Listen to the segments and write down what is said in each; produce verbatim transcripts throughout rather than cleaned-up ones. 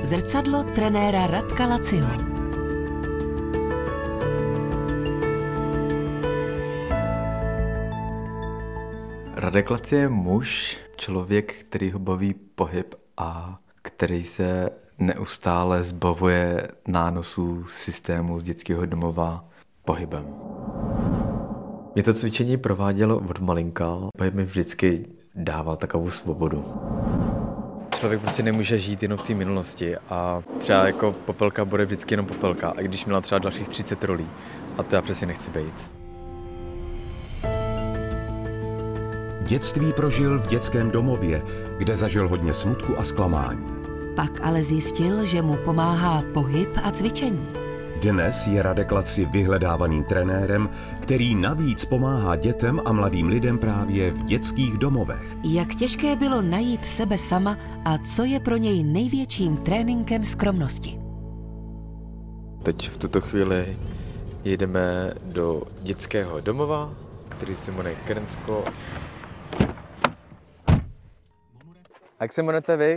Zrcadlo trenéra Radka Laciho. Radek Laci je muž, člověk, který ho baví pohyb a který se neustále zbavuje nánosů systému z dětského domova pohybem. Mě to cvičení provádělo od malinka, pohyb mi vždycky dával takovou svobodu. Člověk prostě nemůže žít jenom v té minulosti a třeba jako popelka bude vždycky jenom popelka, a když měla třeba dalších třicet rolí, a to já přesně nechci být. Dětství prožil v dětském domově, kde zažil hodně smutku a zklamání. Pak ale zjistil, že mu pomáhá pohyb a cvičení. Dnes je Radek Laci vyhledávaným trenérem, který navíc pomáhá dětem a mladým lidem právě v dětských domovech. Jak těžké bylo najít sebe sama a co je pro něj největším tréninkem skromnosti. Teď v tuto chvíli jedeme do dětského domova, který se jmenuje Krensko. Jak se jmenujete vy?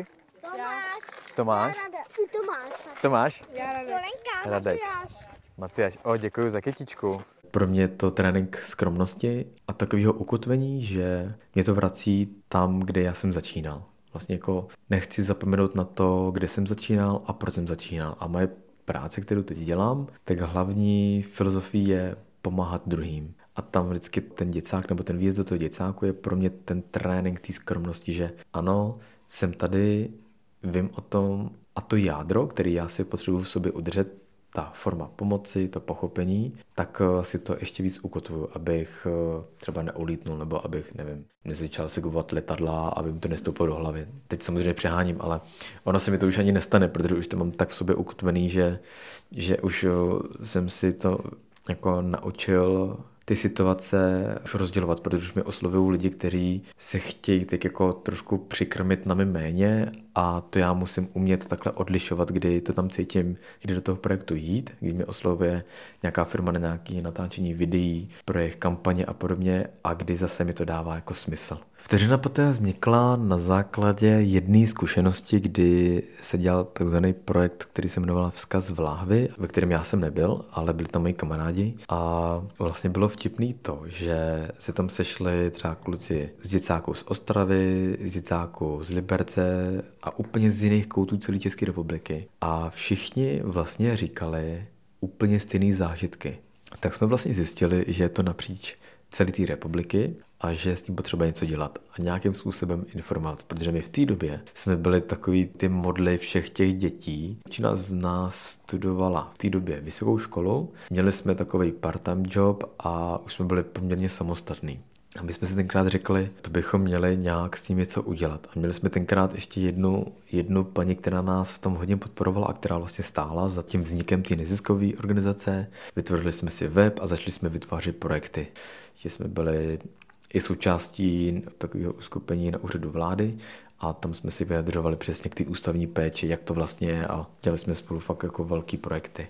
Tomáš. Tomáš? Tomáš. Tomáš? Já Radek. Radek. Matyáš. O, děkuji za kytičku. Pro mě je to trénink skromnosti a takového ukotvení, že mě to vrací tam, kde já jsem začínal. Vlastně jako nechci zapomenout na to, kde jsem začínal a proč jsem začínal. A moje práce, kterou teď dělám, tak hlavní filozofie je pomáhat druhým. A tam vždycky ten děcák nebo ten výjezd do toho děcáku je pro mě ten trénink té skromnosti, že ano, jsem tady, vím o tom a to jádro, který já si potřebuji v sobě udržet, ta forma pomoci, to pochopení, tak si to ještě víc ukotvuju, abych třeba neulítnul, nebo abych, nevím, nezačal si kupovat letadla, aby mi to nestoupilo do hlavy. Teď samozřejmě přeháním, ale ono se mi to už ani nestane, protože už to mám tak v sobě ukotvený, že, že už jsem si to jako naučil ty situace už rozdělovat, protože už mi oslovují lidi, kteří se chtějí tak jako trošku přikrmit na mé méně a to já musím umět takhle odlišovat, kdy to tam cítím, kdy do toho projektu jít, kdy mě oslovuje nějaká firma na nějaké natáčení videí, projekt kampaně a podobně a kdy zase mi to dává jako smysl. Vteřina poté vznikla na základě jedné zkušenosti, kdy se dělal takzvaný projekt, který se jmenoval Vzkaz v láhvi, ve kterém já jsem nebyl, ale byli tam moji kamarádi a vlastně bylo vtipný to, že se tam sešli třeba kluci z děcáků z Ostravy, z děcáků z Liberce a úplně z jiných koutů celé České republiky. A všichni vlastně říkali úplně stejné zážitky. Tak jsme vlastně zjistili, že je to napříč celé té republiky a že s tím potřeba něco dělat a nějakým způsobem informovat, protože my v té době jsme byli takový ty modly všech těch dětí. Většina z nás studovala v té době vysokou školu, měli jsme takový part-time job a už jsme byli poměrně samostatní. A my jsme si tenkrát řekli, to bychom měli nějak s tím něco udělat. A měli jsme tenkrát ještě jednu, jednu paní, která nás v tom hodně podporovala a která vlastně stála za tím vznikem té neziskové organizace. Vytvořili jsme si web a začali jsme vytvářet projekty. Že jsme byli i součástí takového uskupení na úřadu vlády a tam jsme si vyjadřovali přesně k té ústavní péči, jak to vlastně je a dělali jsme spolu fakt jako velký projekty.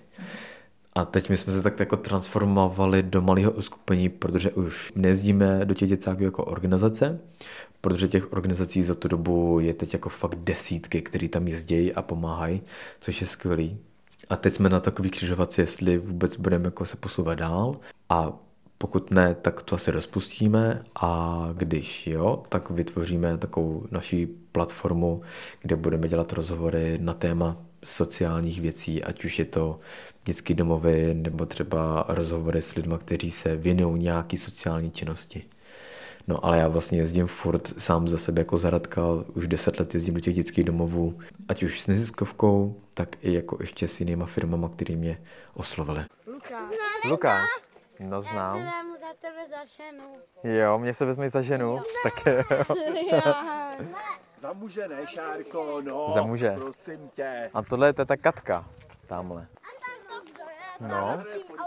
A teď my jsme se tak jako transformovali do malého uskupení, protože už nejezdíme do těch děcáků jako organizace, protože těch organizací za tu dobu je teď jako fakt desítky, který tam jezdí a pomáhají, což je skvělý. A teď jsme na takový křižovatce, jestli vůbec budeme jako se posouvat dál a pokud ne, tak to asi rozpustíme a když jo, tak vytvoříme takovou naší platformu, kde budeme dělat rozhovory na téma sociálních věcí, ať už je to dětské domovy nebo třeba rozhovory s lidmi, kteří se věnují nějaký sociální činnosti. No ale já vlastně jezdím furt sám za sebe jako za Radka, už deset let jezdím do těch dětských domovů, ať už s neziskovkou, tak i jako ještě s jinýma firmama, který mě oslovili. Lukáš. Lukáš. No znám. Já se vezmu za tebe za ženu. Jo, mě se vezme za ženu, no. Tak jo. Za muže ne, Šárko, no, Za muže. prosím tě. A tohle je ta Katka, tamhle. No.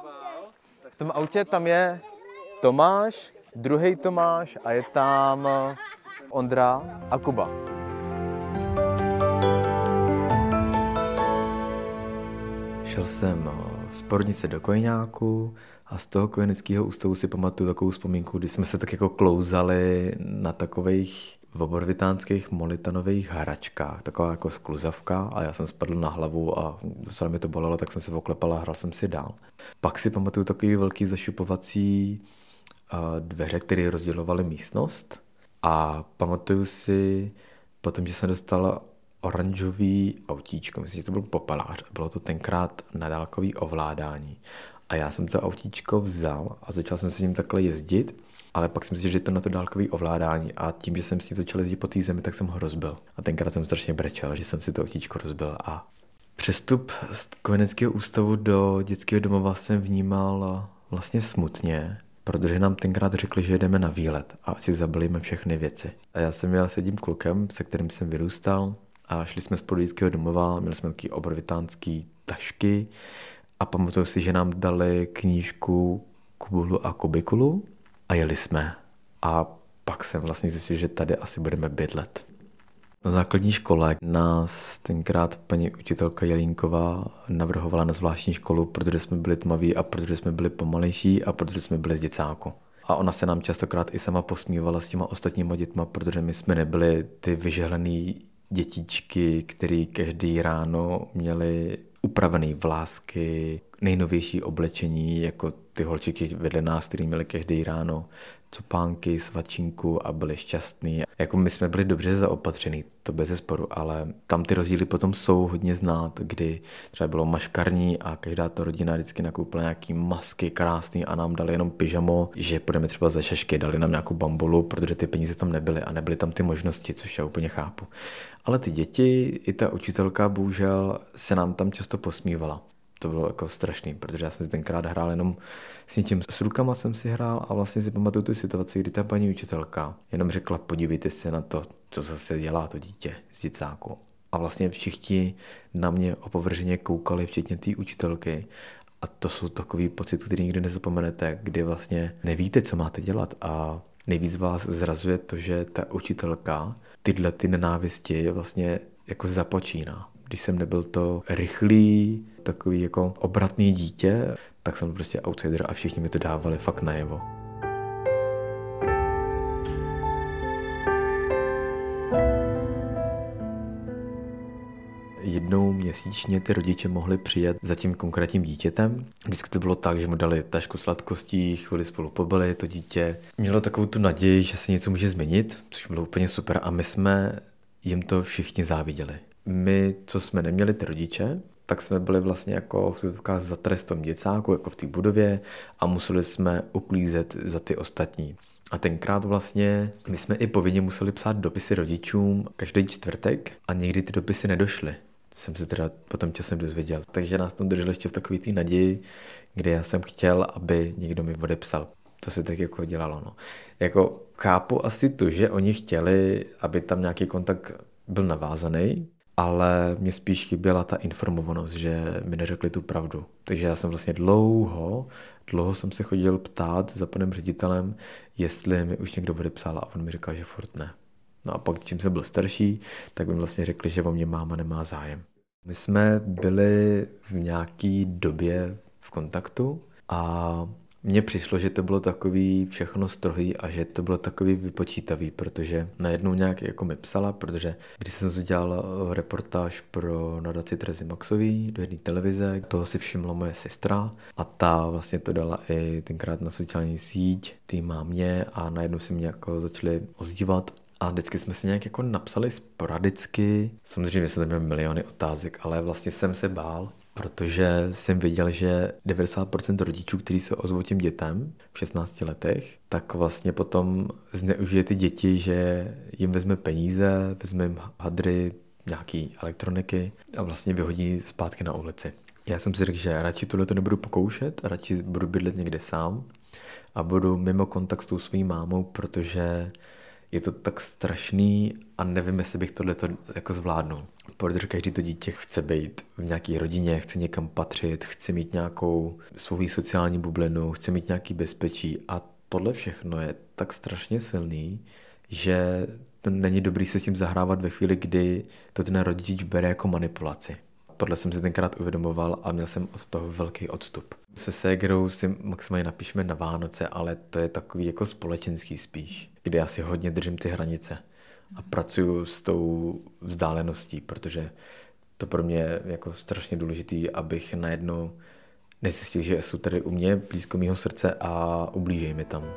V tom autě tam je Tomáš, druhý Tomáš a je tam Ondra a Kuba. Šel jsem z porodnice do Kojeňáku a z toho kojeneckého ústavu si pamatuju takovou vzpomínku, kdy jsme se tak jako klouzali na takových v obrovitánských molitanových hračkách, taková jako skluzavka a já jsem spadl na hlavu a docela mi to bolelo, tak jsem se oklepal a hrál jsem si dál. Pak si pamatuju takový velký zašupovací uh, dveře, které rozdělovaly místnost a pamatuju si potom, že jsem dostal oranžový autíčko, myslím, že to byl popelář a bylo to tenkrát na dálkový ovládání. A já jsem to autíčko vzal a začal jsem s ním takhle jezdit, ale pak jsem si, že je to na to dálkový ovládání a tím, že jsem s ním začal jezdit po té zemi, tak jsem ho rozbil. A tenkrát jsem strašně brečel, že jsem si to autíčko rozbil. A přestup z kojeneckého ústavu do dětského domova jsem vnímal vlastně smutně, protože nám tenkrát řekli, že jedeme na výlet a si zabalíme všechny věci. A já jsem jel s jedním klukem, se kterým jsem vyrůstal a šli jsme spolu do dětského domova, měli jsme taky obrovitánský tašky a pamatuju si, že nám dali knížku Kubulu a Kubikulu a jeli jsme. A pak jsem vlastně zjistil, že tady asi budeme bydlet. Na základní škole nás tenkrát paní učitelka Jelínková navrhovala na zvláštní školu, protože jsme byli tmaví a protože jsme byli pomalejší a protože jsme byli z děcáku. A ona se nám častokrát i sama posmívala s těma ostatníma dětma, protože my jsme nebyli ty vyžehlený dětičky, který každý ráno měli upravený vlásky, nejnovější oblečení, jako ty holčiky vedle nás, který měli každý ráno copánky, svačinku a byli šťastní. Jako my jsme byli dobře zaopatřený, to bez zesporu, ale tam ty rozdíly potom jsou hodně znát, kdy třeba bylo maškarní a každá ta rodina vždycky nakoupila nějaký masky krásný a nám dali jenom pyžamo, že půjdeme třeba za šašky, dali nám nějakou bambulu, protože ty peníze tam nebyly a nebyly tam ty možnosti, což já úplně chápu. Ale ty děti, i ta učitelka bohužel se nám tam často posmívala. To bylo jako strašný, protože já jsem si tenkrát hrál jenom s něčím, s rukama jsem si hrál a vlastně si pamatuju tu situaci, kdy ta paní učitelka jenom řekla, podívejte se na to, co zase dělá to dítě z děcáku. A vlastně všichni na mě opovrženě koukali, včetně té učitelky. A to jsou takový pocit, který nikdy nezapomenete, kdy vlastně nevíte, co máte dělat a nejvíc vás zrazuje to, že ta učitelka tyhle ty nenávisti vlastně jako započíná. Když jsem nebyl to rychlý, takový jako obratný dítě, tak jsem prostě outsider a všichni mi to dávali fakt najevo. Jednou měsíčně ty rodiče mohli přijet za tím konkrétním dítětem. Vždycky to bylo tak, že mu dali tašku sladkostí, chvíli spolu pobyli, to dítě mělo takovou tu naději, že se něco může změnit, což bylo úplně super a my jsme jim to všichni záviděli. My, co jsme neměli ty rodiče, tak jsme byli vlastně jako za trestom děcáku, jako v té budově a museli jsme uklízet za ty ostatní. A tenkrát vlastně my jsme i povinně museli psát dopisy rodičům každý čtvrtek a někdy ty dopisy nedošly. To jsem se teda potom časem dozvěděl. Takže nás tam drželi ještě v takové té naději, kde já jsem chtěl, aby někdo mi odepsal. To se tak jako dělalo. No. Jako chápu asi to, že oni chtěli, aby tam nějaký kontakt byl navázaný, ale mě spíš chyběla ta informovanost, že mi neřekli tu pravdu. Takže já jsem vlastně dlouho, dlouho jsem se chodil ptát za panem ředitelem, jestli mi už někdo odepsal a on mi říkal, že furt ne. No a pak, čím jsem byl starší, tak mi vlastně řekli, že o mě máma nemá zájem. My jsme byli v nějaký době v kontaktu a mně přišlo, že to bylo takový všechno strohý a že to bylo takový vypočítavý, protože najednou nějak jako mi psala, protože když jsem dělal reportáž pro nadaci Terezy Maxový do jedné televize, toho si všimla moje sestra a ta vlastně to dala i tenkrát na sociální síť té mámě a najednou si mě jako začali ozdívat. A vždycky jsme si nějak jako napsali sporadicky. Samozřejmě jsem tam měl miliony otázek, ale vlastně jsem se bál, protože jsem věděl, že devadesát procent rodičů, kteří se ozvou těm dětem v šestnácti letech, tak vlastně potom zneužije ty děti, že jim vezme peníze, vezme jim hadry, nějaký elektroniky a vlastně vyhodí zpátky na ulici. Já jsem si řekl, že radši tohle to nebudu pokoušet, radši budu bydlet někde sám a budu mimo kontakt s tou svou mámou, protože je to tak strašný a nevím, jestli bych tohleto jako zvládnul. Protože každý to dítě chce být v nějaké rodině, chce někam patřit, chce mít nějakou svou sociální bublinu, chce mít nějaký bezpečí a tohle všechno je tak strašně silný, že to není dobrý se s tím zahrávat ve chvíli, kdy to ten rodič bere jako manipulaci. Tohle jsem si tenkrát uvědomoval a měl jsem od toho velký odstup. Se ségrou si maximálně napíšeme na Vánoce, ale to je takový jako společenský spíš, kde já si hodně držím ty hranice. a pracuju s tou vzdáleností, protože to pro mě je jako strašně důležitý, abych najednou nezjistil, že jsou tady u mě blízko mýho srdce a ublížejí mi tam.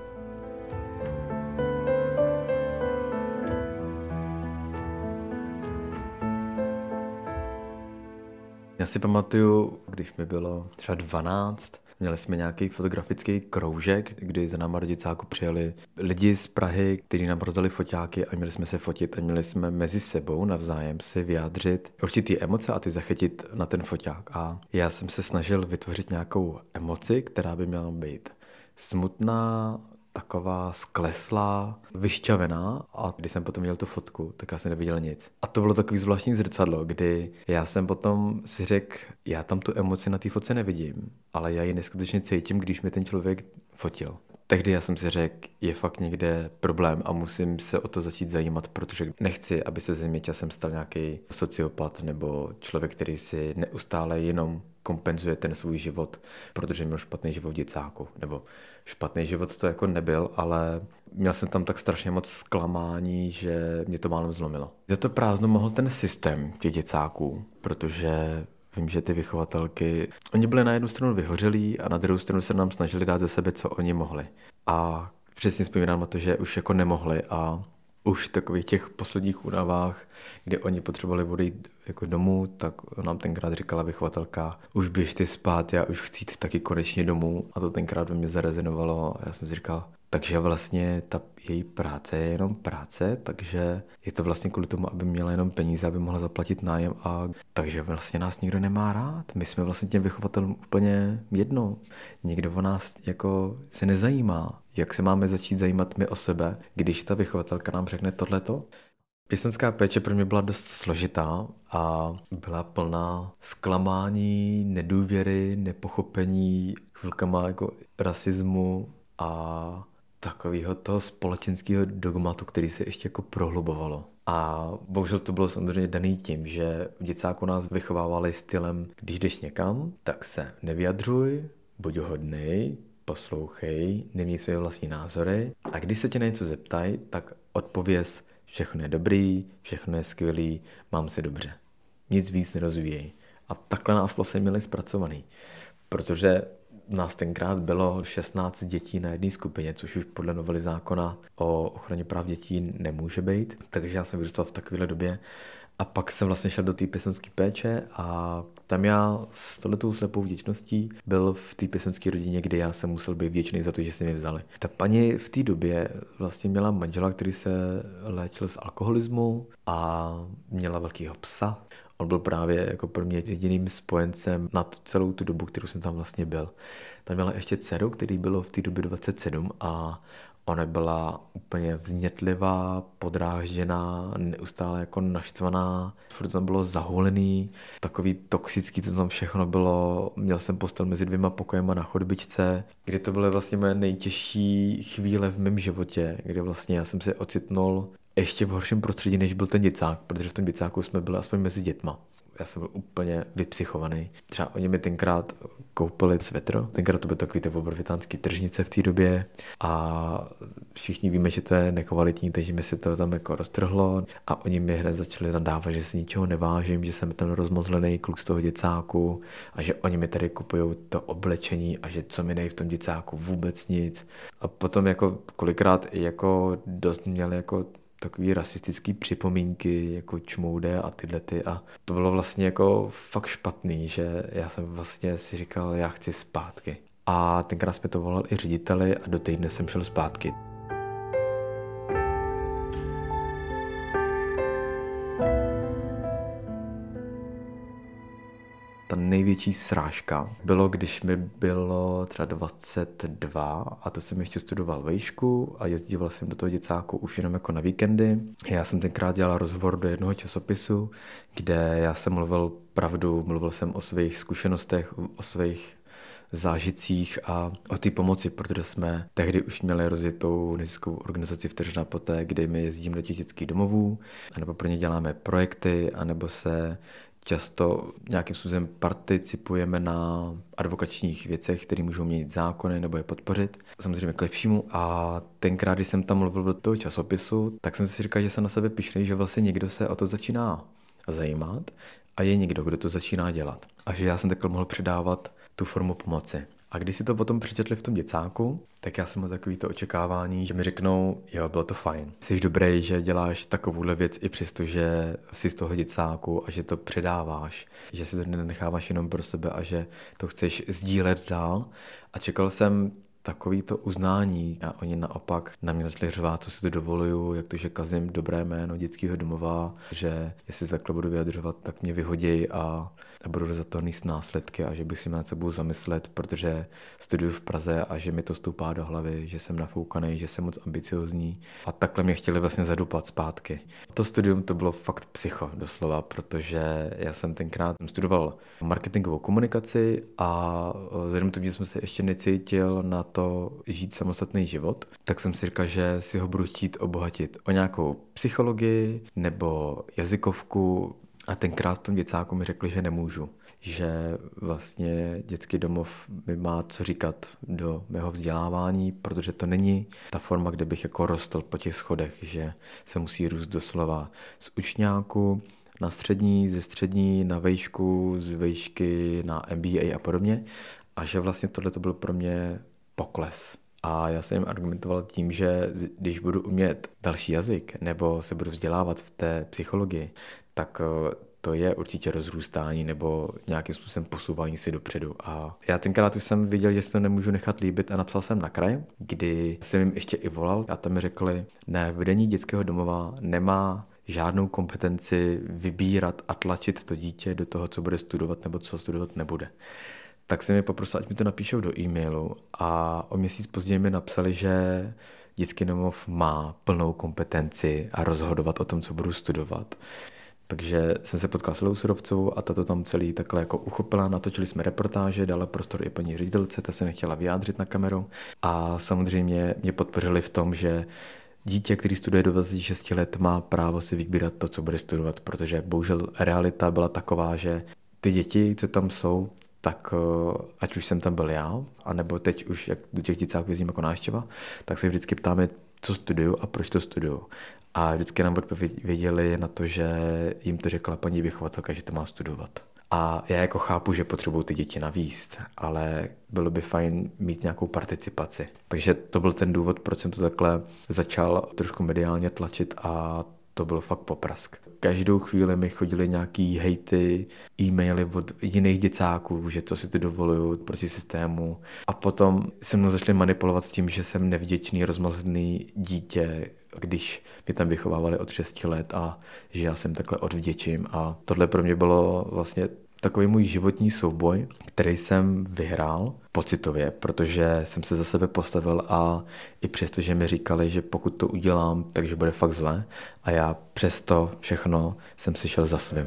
Já si pamatuju, když mi bylo třeba dvanáct, měli jsme nějaký fotografický kroužek, kdy za náma rodičáku přijeli lidi z Prahy, kteří nám rozdali foťáky a měli jsme se fotit a měli jsme mezi sebou navzájem si vyjádřit určitý emoce a ty zachytit na ten foťák. A já jsem se snažil vytvořit nějakou emoci, která by měla být smutná, taková skleslá, vyšťavená a když jsem potom měl tu fotku, tak já jsem neviděl nic. A to bylo takový zvláštní zrcadlo, kdy já jsem potom si řekl, já tam tu emoci na té fotce nevidím, ale já ji neskutečně cítím, když mi ten člověk fotil. Tehdy já jsem si řekl, je fakt někde problém a musím se o to začít zajímat, protože nechci, aby se ze mě časem stal nějaký sociopat nebo člověk, který si neustále jenom kompenzuje ten svůj život, protože měl špatný život v děcáku. Nebo špatný život to jako nebyl, ale měl jsem tam tak strašně moc zklamání, že mě to málem zlomilo. Za to prázdno mohl ten systém těch děcáků, protože vím, že ty vychovatelky, oni byli na jednu stranu vyhořelí a na druhou stranu se nám snažili dát ze sebe, co oni mohli. A přesně vzpomínám na to, že už jako nemohli a už v takových těch posledních únavách, kdy oni potřebovali odejít jako domů, tak nám tenkrát říkala vychovatelka, už běžte spát, já už chci jít taky konečně domů. A to tenkrát ve mě zarezonovalo a já jsem si říkal, takže vlastně ta její práce je jenom práce, takže je to vlastně kvůli tomu, aby měla jenom peníze, aby mohla zaplatit nájem a takže vlastně nás nikdo nemá rád. My jsme vlastně těm vychovatelům úplně jedno. Nikdo o nás jako se nezajímá. Jak se máme začít zajímat my o sebe, když ta vychovatelka nám řekne tohleto? Pěstounská péče pro mě byla dost složitá a byla plná zklamání, nedůvěry, nepochopení, chvilkama jako rasismu a takového toho společenského dogmatu, který se ještě jako prohlubovalo. A bohužel to bylo samozřejmě daný tím, že v děcáku nás vychovávali stylem, když jdeš někam, tak se nevyjadřuj, buď hodnej, poslouchej, neměj své vlastní názory a když se tě na něco zeptají, tak odpověz, všechno je dobrý, všechno je skvělý, mám se dobře. Nic víc nerozvíjej. A takhle nás vlastně měli zpracovaný, protože nás tenkrát bylo šestnáct dětí na jedné skupině, což už podle novely zákona o ochraně práv dětí nemůže být. Takže já jsem vyrůstal v takovéhle době a pak jsem vlastně šel do té pěstounské péče a tam já s tohletou slepou vděčností byl v té pěstounské rodině, kde já jsem musel být vděčný za to, že si mě vzali. Ta paní v té době vlastně měla manžela, který se léčil z alkoholismu a měla velkýho psa. On byl právě jako pro mě jediným spojencem na celou tu dobu, kterou jsem tam vlastně byl. Tam měla ještě dceru, který bylo v té době dvacet sedm a ona byla úplně vznětlivá, podrážděná, neustále jako naštvaná. Furt tam bylo zahulený, takový toxický to tam všechno bylo. Měl jsem postel mezi dvěma pokojema na chodbičce, kdy to byly vlastně moje nejtěžší chvíle v mém životě, kdy vlastně já jsem se ocitnul ještě v horším prostředí, než byl ten děcák, protože v tom děcáku jsme byli aspoň mezi dětma. Já jsem byl úplně vypsychovaný. Třeba oni mi tenkrát koupili svetr, tenkrát to byly takový ty obrovitánský tržnice v té době a všichni víme, že to je nekvalitní, takže mi se to tam jako roztrhlo a oni mi hned začali nadávat, že si ničeho nevážím, že jsem ten rozmozlený kluk z toho děcáku a že oni mi tady kupují to oblečení a že co mi nejí v tom děcáku vůbec nic. A potom jako kolikrát i jako dost měli jako takový rasistický připomínky, jako čmoude a tyhle ty a to bylo vlastně jako fakt špatný, že já jsem vlastně si říkal, já chci zpátky. A tenkrát jsme to volal i řediteli a do týdne jsem šel zpátky. Ta největší srážka bylo, když mi bylo třeba dvacet dva a to jsem ještě studoval vejšku a jezdil jsem do toho děcáku už jenom jako na víkendy. Já jsem tenkrát dělal rozhovor do jednoho časopisu, kde já jsem mluvil pravdu, mluvil jsem o svých zkušenostech, o svých zážitcích a o té pomoci, protože jsme tehdy už měli rozjetou neziskovou organizaci Vteřina poté, kdy my jezdíme do těch dětských domovů, anebo pro ně děláme projekty, anebo se často nějakým způsobem participujeme na advokačních věcech, které můžou měnit zákony nebo je podpořit, samozřejmě k lepšímu. A tenkrát, když jsem tam mluvil do toho časopisu, tak jsem si říkal, že jsem na sebe pyšný, že vlastně někdo se o to začíná zajímat a je někdo, kdo to začíná dělat. A že já jsem takhle mohl předávat tu formu pomoci. A když si to potom přečetli v tom děcáku, tak já jsem měl takový to očekávání, že mi řeknou, jo, bylo to fajn. Jsi dobrý, že děláš takovouhle věc i přesto, že jsi z toho děcáku a že to předáváš, že si to nenecháváš jenom pro sebe a že to chceš sdílet dál. A čekal jsem takový to uznání a oni naopak na mě začali řvát, co si to dovoluju, jak to, že kazím dobré jméno dětského domova, že jestli takhle budu vyjadřovat, tak mě vyhodí a, a budu za to nést následky a že bych si měl nad sebou zamyslet, protože studuju v Praze a že mi to stoupá do hlavy, že jsem nafoukaný, že jsem moc ambiciozní a takhle mě chtěli vlastně zadupat zpátky. To studium to bylo fakt psycho doslova, protože já jsem tenkrát studoval marketingovou komunikaci a vzhledem tomu, že jsem se ještě necítil na to žít samostatný život, tak jsem si říkal, že si ho budu chtít obohatit o nějakou psychologii nebo jazykovku a tenkrát v tom děcáku mi řekli, že nemůžu, že vlastně dětský domov mi má co říkat do mého vzdělávání, protože to není ta forma, kde bych jako rostl po těch schodech, že se musí růst doslova z učňáku na střední, ze střední na vejšku, z vejšky na M B A a podobně a že vlastně tohle to byl pro mě pokles. A já jsem jim argumentoval tím, že když budu umět další jazyk nebo se budu vzdělávat v té psychologii, tak to je určitě rozrůstání nebo nějakým způsobem posouvání si dopředu. A já tenkrát už jsem viděl, že si to nemůžu nechat líbit a napsal jsem na kraj, kdy jsem jim ještě i volal a tam mi řekli, ne, vedení dětského domova nemá žádnou kompetenci vybírat a tlačit to dítě do toho, co bude studovat nebo co studovat nebude. Tak jsem mi poprosil, ať mi to napíšou do e-mailu a o měsíc později mi napsali, že dětský domov má plnou kompetenci a rozhodovat o tom, co budu studovat. Takže jsem se potkal s Lou Surovcovou a ta to tam celý takhle jako uchopila, natočili jsme reportáže, dala prostor i paní ředitelce, ta se nechtěla vyjádřit na kameru a samozřejmě mě podpořili v tom, že dítě, který studuje do dvaceti šesti let, má právo si vybírat to, co bude studovat, protože bohužel realita byla taková, že ty děti, co tam jsou, tak ať už jsem tam byl já, anebo teď už, jak do těch děcáků jezdím jako návštěva, tak se vždycky ptáme, co studuju a proč to studuju. A vždycky nám odpověděli na to, že jim to řekla paní vychovatelka, že to má studovat. A já jako chápu, že potřebují ty děti navíst, ale bylo by fajn mít nějakou participaci. Takže to byl ten důvod, proč jsem to takhle začal trošku mediálně tlačit a to byl fakt poprask. Každou chvíli mi chodily nějaký hejty, e-maily od jiných děcáků, že to si to dovoluju proti systému. A potom se mnou začali manipulovat s tím, že jsem nevděčný, rozmazlený dítě, když mě tam vychovávali od šesti let a že já jsem takhle odvděčím. A tohle pro mě bylo vlastně takový můj životní souboj, který jsem vyhrál pocitově, protože jsem se za sebe postavil a i přesto, že mi říkali, že pokud to udělám, takže bude fakt zle a já přesto všechno jsem si šel za svým.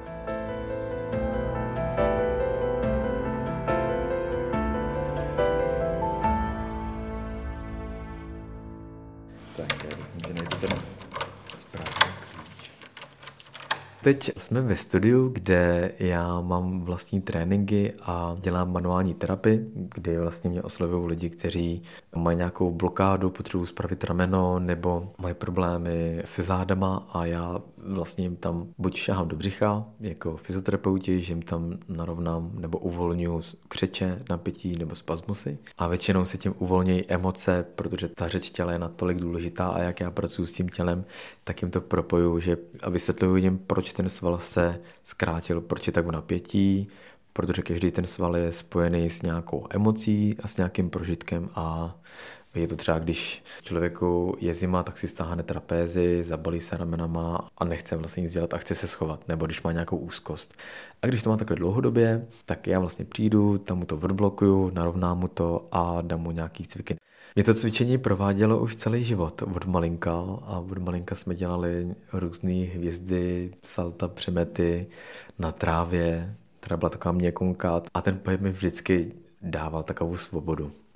Teď jsme ve studiu, kde já mám vlastní tréninky a dělám manuální terapii, kdy vlastně mě oslovují lidi, kteří mají nějakou blokádu, potřebují spravit rameno nebo mají problémy se zádama a já vlastně jim tam buď šahám do břicha jako fyzioterapeuti, že jim tam narovnám nebo uvolňuji křeče, napětí nebo spazmusy a většinou se tím uvolnějí emoce, protože ta řeč těla je natolik důležitá a jak já pracuji s tím tělem, tak jim to propoju, že a vysvětluju jim, proč ten sval se zkrátil, proč je tak v napětí, protože každý ten sval je spojený s nějakou emocí a s nějakým prožitkem a je to třeba, když člověku je zima, tak si stáhne trapézy, zabalí se ramenama a nechce vlastně nic dělat a chce se schovat, nebo když má nějakou úzkost. A když to má takhle dlouhodobě, tak já vlastně přijdu, tam mu to odblokuju, narovnám mu to a dám mu nějaký cviky. Mě to cvičení provádělo už celý život od malinka a od malinka jsme dělali různé hvězdy, salta, přemety na trávě, která byla taková měkonká a ten pohyb mi vždycky dával takovou svobodu.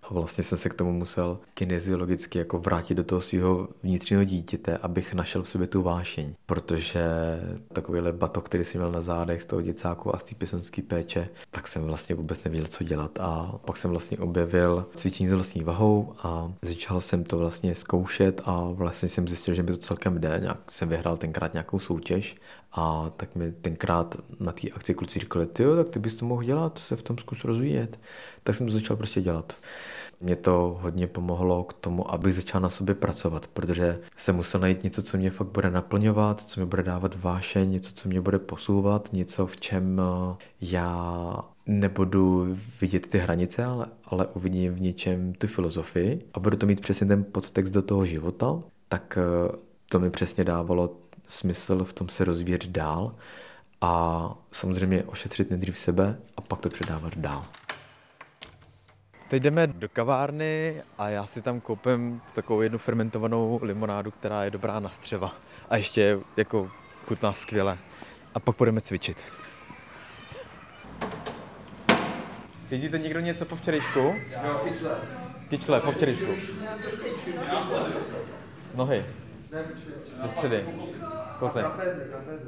A vlastně jsem se k tomu musel kineziologicky jako vrátit do toho svého vnitřního dítěte, abych našel v sobě tu vášeň. Protože takovýhle batok, který jsem měl na zádech z toho děcáku a z té pěstounské péče, tak jsem vlastně vůbec nevěděl, co dělat. A pak jsem vlastně objevil cvičení s vlastní vahou a začal jsem to vlastně zkoušet a vlastně jsem zjistil, že mi to celkem jde. Nějak jsem vyhrál tenkrát nějakou soutěž a tak mi tenkrát na té akci kluci říkali, tyjo, tak ty bys to mohl dělat, se v tom zkus rozvíjet. Tak jsem to začal prostě dělat. Mě to hodně pomohlo k tomu, abych začal na sobě pracovat, protože jsem musel najít něco, co mě fakt bude naplňovat, co mi bude dávat vášeň, něco, co mě bude posouvat, něco, v čem já nebudu vidět ty hranice, ale, ale uvidím v něčem tu filozofii a budu to mít přesně ten podtext do toho života, tak to mi přesně dávalo smysl v tom se rozvíjet dál a samozřejmě ošetřit nejdřív sebe a pak to předávat dál. Teď jdeme do kavárny a já si tam koupím takovou jednu fermentovanou limonádu, která je dobrá na střeva a ještě jako chutná skvěle. A pak budeme cvičit. Cítíte někdo něco po včerejšku? Jo, kyčle. Kyčle, po včerejšku. Nohy. Ze středy. Kose. Trapéze, trapéze.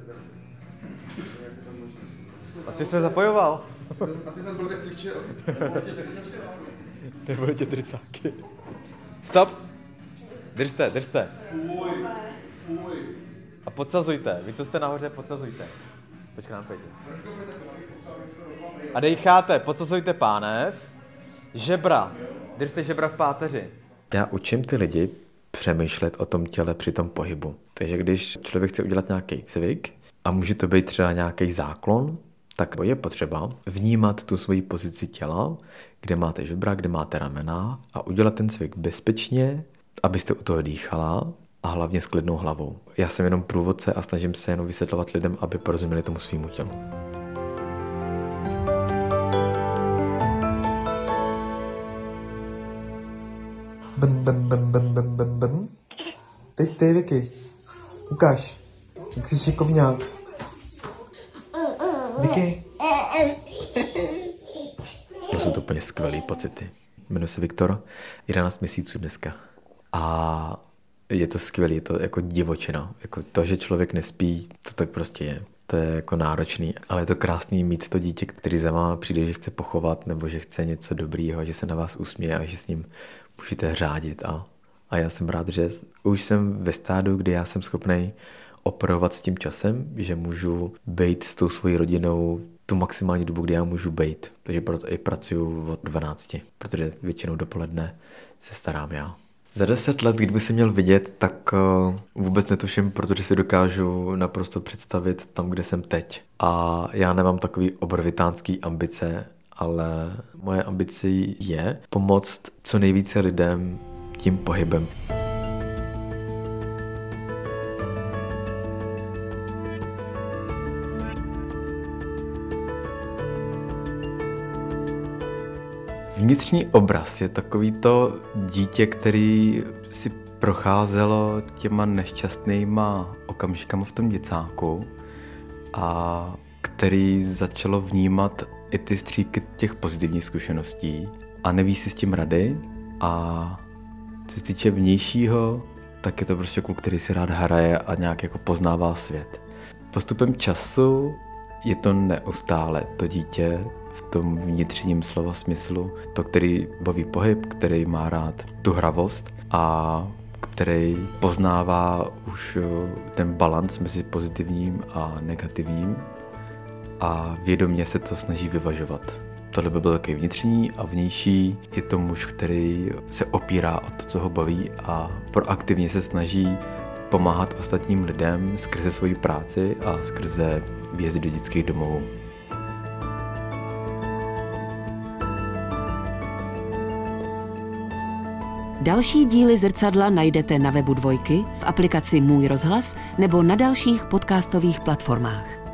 Asi se zapojoval. Asi jsem blbě cvičil. Nebo tě tricáky. Stop! Držte, držte. Fuj, fuj. A podsazujte. Vy, co jste nahoře, podsazujte. Počkej nám, Petě. A dejcháte, podsazujte pánev. Žebra. Držte žebra v páteři. Já učím ty lidi přemýšlet o tom těle při tom pohybu. Takže když člověk chce udělat nějaký cvik a může to být třeba nějaký záklon, tak je potřeba vnímat tu svoji pozici těla, kde máte žebra, kde máte ramena a udělat ten cvik bezpečně, abyste u toho dýchala a hlavně s klidnou hlavou. Já jsem jenom průvodce a snažím se jenom vysvětlovat lidem, aby porozuměli tomu svýmu tělu. Bn, bn, bn, bn, bn, bn, bn. Teď ty, Vicky. Ukáž. Jak jsi šikovňák. Vicky. To jsou to úplně skvělý pocity. Jmenuji se Viktor, jedenáct měsíců dneska. A je to skvělé, je to jako divočina. Jako to, že člověk nespí, to tak prostě je. To je jako náročný, ale je to krásný mít to dítě, který za váma přijde, že chce pochovat, nebo že chce něco dobrýho, že se na vás usměje a že s ním můžete řádit. A, a já jsem rád, že už jsem ve stádu, kdy já jsem schopný operovat s tím časem, že můžu být s tou svojí rodinou tu maximální dobu, kdy já můžu být. Takže proto i pracuju od dvanácti, protože většinou dopoledne se starám já. Za deset let, kdyby se měl vidět, tak vůbec netuším, protože si dokážu naprosto představit tam, kde jsem teď. A já nemám takový obrovitánský ambice, ale moje ambicí je pomoct co nejvíce lidem tím pohybem. Vnitřní obraz je takový to dítě, který si procházelo těma nešťastnýma okamžikama v tom děcáku a který začalo vnímat i ty střípky těch pozitivních zkušeností a neví si s tím rady a co se týče vnějšího, tak je to prostě kluk, který si rád hraje a nějak jako poznává svět. Postupem času je to neustále to dítě v tom vnitřním slova smyslu, to, který baví pohyb, který má rád tu hravost a který poznává už ten balanc mezi pozitivním a negativním a vědomě se to snaží vyvažovat. Tohle by byl takový vnitřní a vnější je to muž, který se opírá o to, co ho baví a proaktivně se snaží pomáhat ostatním lidem skrze svoji práci a skrze výjezdy do dětských domovů. Další díly Zrcadla najdete na webu Dvojky, v aplikaci Můj rozhlas nebo na dalších podcastových platformách.